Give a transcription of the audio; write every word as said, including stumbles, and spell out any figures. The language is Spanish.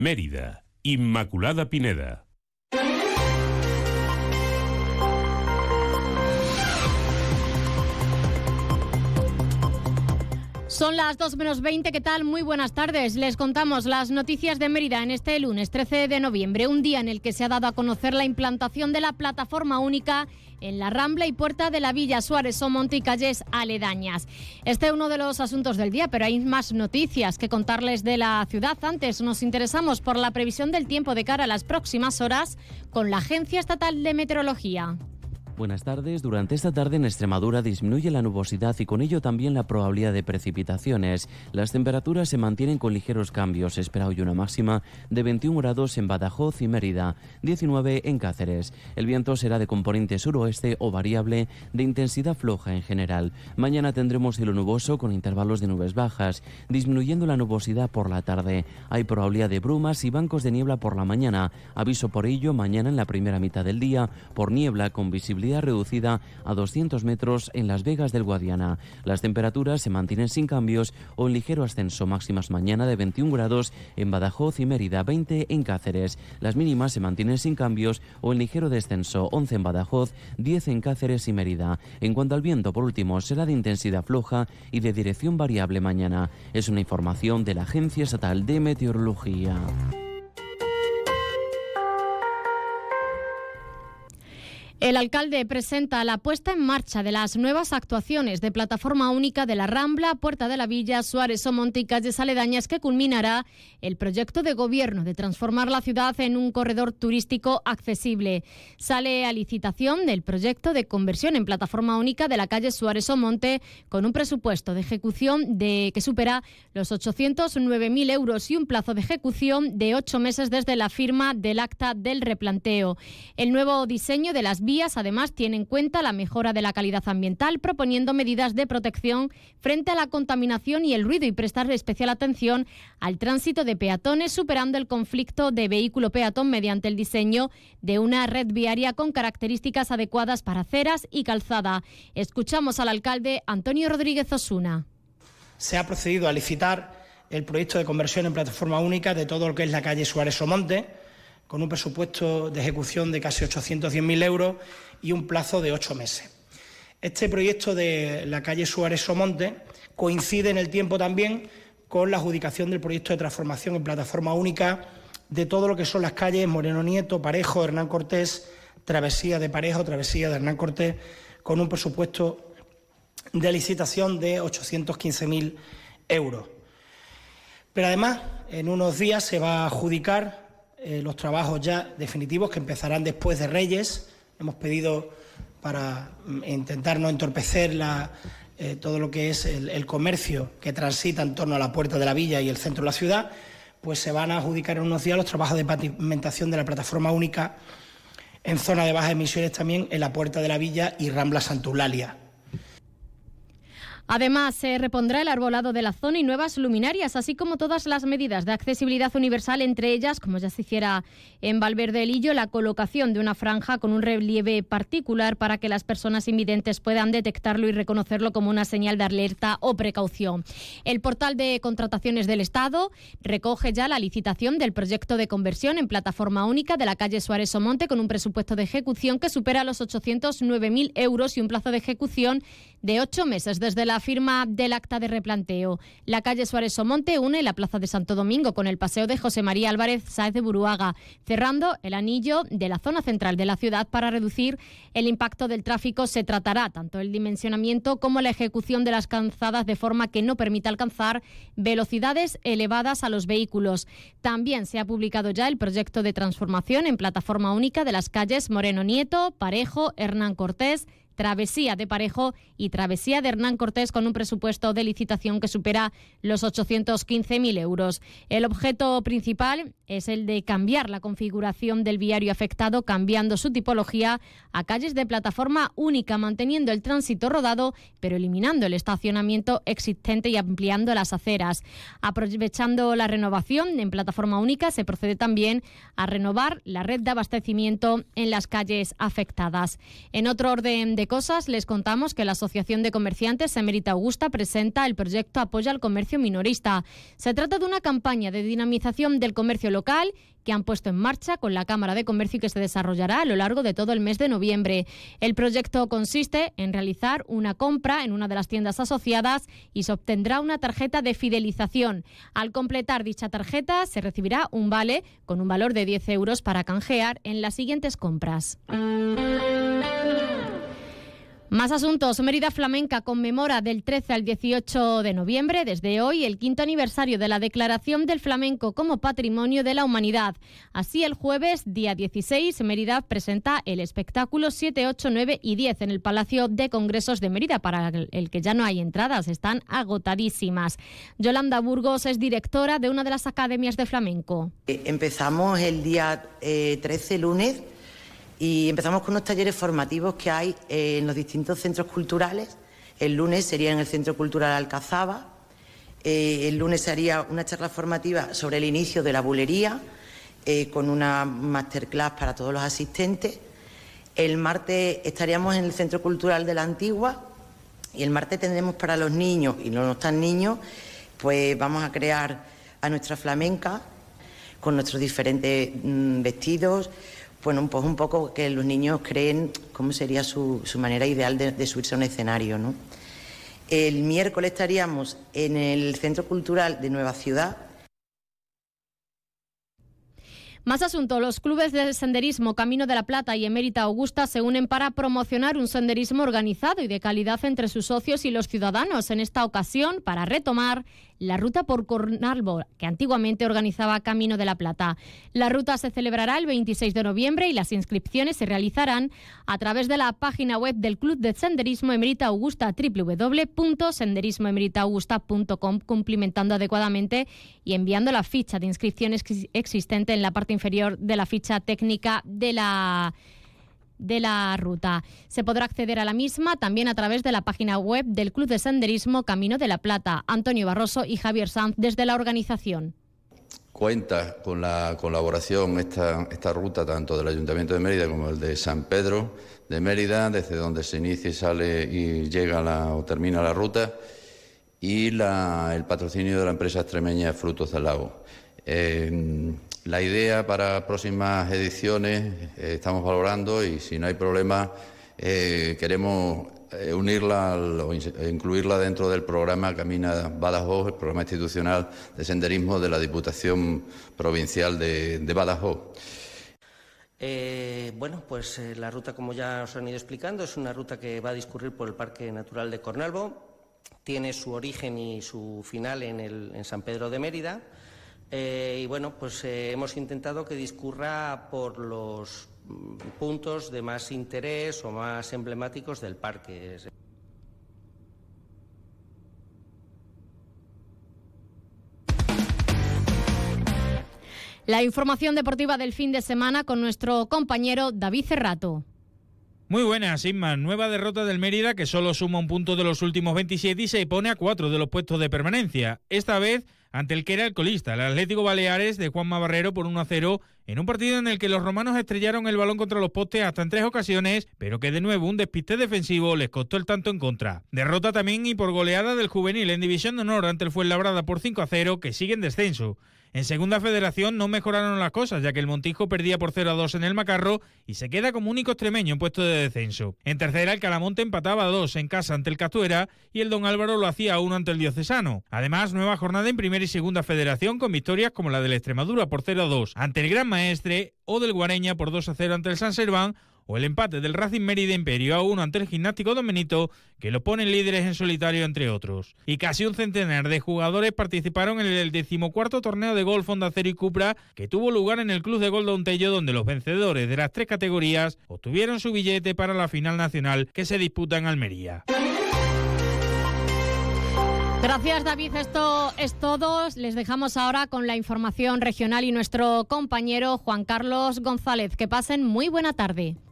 Mérida, Inmaculada Pineda. Son las dos menos veinte, ¿qué tal? Muy buenas tardes. Les contamos las noticias de Mérida en este lunes trece de noviembre, un día en el que se ha dado a conocer la implantación de la plataforma única en la Rambla y Puerta de la Villa, Suárez Somonte y calles aledañas. Este es uno de los asuntos del día, pero hay más noticias que contarles de la ciudad. Antes nos interesamos por la previsión del tiempo de cara a las próximas horas con la Agencia Estatal de Meteorología. Buenas tardes. Durante esta tarde en Extremadura disminuye la nubosidad y con ello también la probabilidad de precipitaciones. Las temperaturas se mantienen con ligeros cambios. Se espera hoy una máxima de veintiún grados en Badajoz y Mérida, diecinueve en Cáceres. El viento será de componente suroeste o variable de intensidad floja en general. Mañana tendremos cielo nuboso con intervalos de nubes bajas, disminuyendo la nubosidad por la tarde. Hay probabilidad de brumas y bancos de niebla por la mañana. Aviso por ello mañana en la primera mitad del día por niebla con visibilidad reducida a doscientos metros en Las Vegas del Guadiana. Las temperaturas se mantienen sin cambios o en ligero ascenso, máximas mañana de veintiún grados en Badajoz y Mérida, veinte en Cáceres. Las mínimas se mantienen sin cambios o en ligero descenso, once en Badajoz, diez en Cáceres y Mérida. En cuanto al viento, por último, será de intensidad floja y de dirección variable mañana. Es una información de la Agencia Estatal de Meteorología. El alcalde presenta la puesta en marcha de las nuevas actuaciones de plataforma única de la Rambla, Puerta de la Villa, Suárez Somonte y calles aledañas, que culminará el proyecto de gobierno de transformar la ciudad en un corredor turístico accesible. Sale a licitación del proyecto de conversión en plataforma única de la calle Suárez Somonte con un presupuesto de ejecución de que supera los ochocientos nueve mil euros y un plazo de ejecución de ocho meses desde la firma del acta del replanteo. El nuevo diseño de las vías además tiene en cuenta la mejora de la calidad ambiental, proponiendo medidas de protección frente a la contaminación y el ruido y prestar especial atención al tránsito de peatones, superando el conflicto de vehículo-peatón mediante el diseño de una red viaria con características adecuadas para aceras y calzada. Escuchamos al alcalde Antonio Rodríguez Osuna. Se ha procedido a licitar el proyecto de conversión en plataforma única de todo lo que es la calle Suárez Somonte, con un presupuesto de ejecución de casi ochocientos diez mil euros y un plazo de ocho meses. Este proyecto de la calle Suárez Somonte coincide en el tiempo también con la adjudicación del proyecto de transformación en plataforma única de todo lo que son las calles Moreno Nieto, Parejo, Hernán Cortés, Travesía de Parejo, Travesía de Hernán Cortés, con un presupuesto de licitación de ochocientos quince mil euros. Pero además, en unos días se va a adjudicar Eh, los trabajos ya definitivos que empezarán después de Reyes. Hemos pedido para intentar no entorpecer la, eh, todo lo que es el, el comercio que transita en torno a la Puerta de la Villa y el centro de la ciudad, pues se van a adjudicar en unos días los trabajos de pavimentación de la plataforma única en zona de bajas emisiones también en la Puerta de la Villa y Rambla Santa Eulalia. Además, se repondrá el arbolado de la zona y nuevas luminarias, así como todas las medidas de accesibilidad universal, entre ellas, como ya se hiciera en Valverde del Illo, la colocación de una franja con un relieve particular para que las personas invidentes puedan detectarlo y reconocerlo como una señal de alerta o precaución. El portal de contrataciones del Estado recoge ya la licitación del proyecto de conversión en plataforma única de la calle Suárez Somonte con un presupuesto de ejecución que supera los ochocientos nueve mil euros y un plazo de ejecución de ocho meses desde la firma del acta de replanteo. La calle Suárez Somonte une la Plaza de Santo Domingo con el paseo de José María Álvarez Sáez de Buruaga, cerrando el anillo de la zona central de la ciudad para reducir el impacto del tráfico. Se tratará tanto el dimensionamiento como la ejecución de las calzadas de forma que no permita alcanzar velocidades elevadas a los vehículos. También se ha publicado ya el proyecto de transformación en plataforma única de las calles Moreno Nieto, Parejo, Hernán Cortés, Travesía de Parejo y Travesía de Hernán Cortés, con un presupuesto de licitación que supera los ochocientos quince mil euros. El objeto principal es el de cambiar la configuración del viario afectado, cambiando su tipología a calles de plataforma única, manteniendo el tránsito rodado, pero eliminando el estacionamiento existente y ampliando las aceras. Aprovechando la renovación en plataforma única, se procede también a renovar la red de abastecimiento en las calles afectadas. En otro orden de cosas, les contamos que la Asociación de Comerciantes Emérita Augusta presenta el proyecto Apoya al Comercio Minorista. Se trata de una campaña de dinamización del comercio local que han puesto en marcha con la Cámara de Comercio y que se desarrollará a lo largo de todo el mes de noviembre. El proyecto consiste en realizar una compra en una de las tiendas asociadas y se obtendrá una tarjeta de fidelización. Al completar dicha tarjeta se recibirá un vale con un valor de diez euros para canjear en las siguientes compras. Más asuntos. Mérida Flamenca conmemora del trece al dieciocho de noviembre, desde hoy, el quinto aniversario de la declaración del flamenco como Patrimonio de la Humanidad. Así, el jueves, día dieciséis, Mérida presenta el espectáculo siete, ocho, nueve y diez en el Palacio de Congresos de Mérida, para el que ya no hay entradas, están agotadísimas. Yolanda Burgos es directora de una de las academias de flamenco. Empezamos el día eh, trece, lunes, y empezamos con unos talleres formativos que hay eh, en los distintos centros culturales. El lunes sería en el Centro Cultural Alcazaba. Eh, el lunes sería una charla formativa sobre el inicio de la bulería, eh, con una masterclass para todos los asistentes. El martes estaríamos en el Centro Cultural de la Antigua y el martes tendremos para los niños y no tan niños, pues vamos a crear a nuestra flamenca con nuestros diferentes mmm, vestidos. Bueno, pues un poco que los niños creen cómo sería su, su manera ideal de, de subirse a un escenario, ¿no? El miércoles estaríamos en el Centro Cultural de Nueva Ciudad. Más asunto. Los clubes de senderismo Camino de la Plata y Emérita Augusta se unen para promocionar un senderismo organizado y de calidad entre sus socios y los ciudadanos. En esta ocasión, para retomar la ruta por Cornalbo, que antiguamente organizaba Camino de la Plata. La ruta se celebrará el veintiséis de noviembre y las inscripciones se realizarán a través de la página web del Club de Senderismo Emérita Augusta, doble u doble u doble u punto senderismo emerita augusta punto com, cumplimentando adecuadamente y enviando la ficha de inscripciones existente en la parte inferior de la ficha técnica de la de la ruta. Se podrá acceder a la misma también a través de la página web del Club de Senderismo Camino de la Plata. Antonio Barroso y Javier Sanz desde la organización. Cuenta con la colaboración esta, esta ruta tanto del Ayuntamiento de Mérida como el de San Pedro de Mérida, desde donde se inicia y sale y llega la, o termina la ruta, y la, el patrocinio de la empresa extremeña Frutos del Lago. Eh, La idea para próximas ediciones eh, estamos valorando, y si no hay problema eh, queremos eh, unirla al, o incluirla dentro del programa Camina Badajoz, el programa institucional de senderismo de la Diputación Provincial de, de Badajoz. Eh, bueno, pues eh, la ruta, como ya os han ido explicando, es una ruta que va a discurrir por el Parque Natural de Cornalbo. Tiene su origen y su final en, el, en San Pedro de Mérida. Eh, y bueno, pues eh, hemos intentado que discurra por los puntos de más interés o más emblemáticos del parque. La información deportiva del fin de semana con nuestro compañero David Cerrato. Muy buenas, Inma. Nueva derrota del Mérida, que solo suma un punto de los últimos veintisiete y se pone a cuatro de los puestos de permanencia. Esta vez ante el que era el colista, el Atlético Baleares de Juanma Barrero, por uno a cero, en un partido en el que los romanos estrellaron el balón contra los postes hasta en tres ocasiones, pero que de nuevo un despiste defensivo les costó el tanto en contra. Derrota también y por goleada del juvenil en División de Honor ante el Fuenlabrada por cinco a cero, que sigue en descenso. En Segunda Federación no mejoraron las cosas, ya que el Montijo perdía por cero a dos en el Macarro y se queda como único extremeño en puesto de descenso. En Tercera, el Calamonte empataba a dos en casa ante el Castuera y el Don Álvaro lo hacía a uno ante el Diocesano. Además, nueva jornada en Primera y Segunda Federación con victorias como la del Extremadura por cero a dos ante el Gran Maestre o del Guareña por dos a cero ante el San Serván, o el empate del Racing Mérida Imperio a uno ante el Gimnástico Don Benito, que lo ponen líderes en solitario, entre otros. Y casi un centenar de jugadores participaron en el decimocuarto torneo de golf Honda Cero y Cupra, que tuvo lugar en el Club de Golf de Untello, donde los vencedores de las tres categorías obtuvieron su billete para la final nacional que se disputa en Almería. Gracias, David. Esto es todo. Les dejamos ahora con la información regional y nuestro compañero Juan Carlos González. Que pasen muy buena tarde.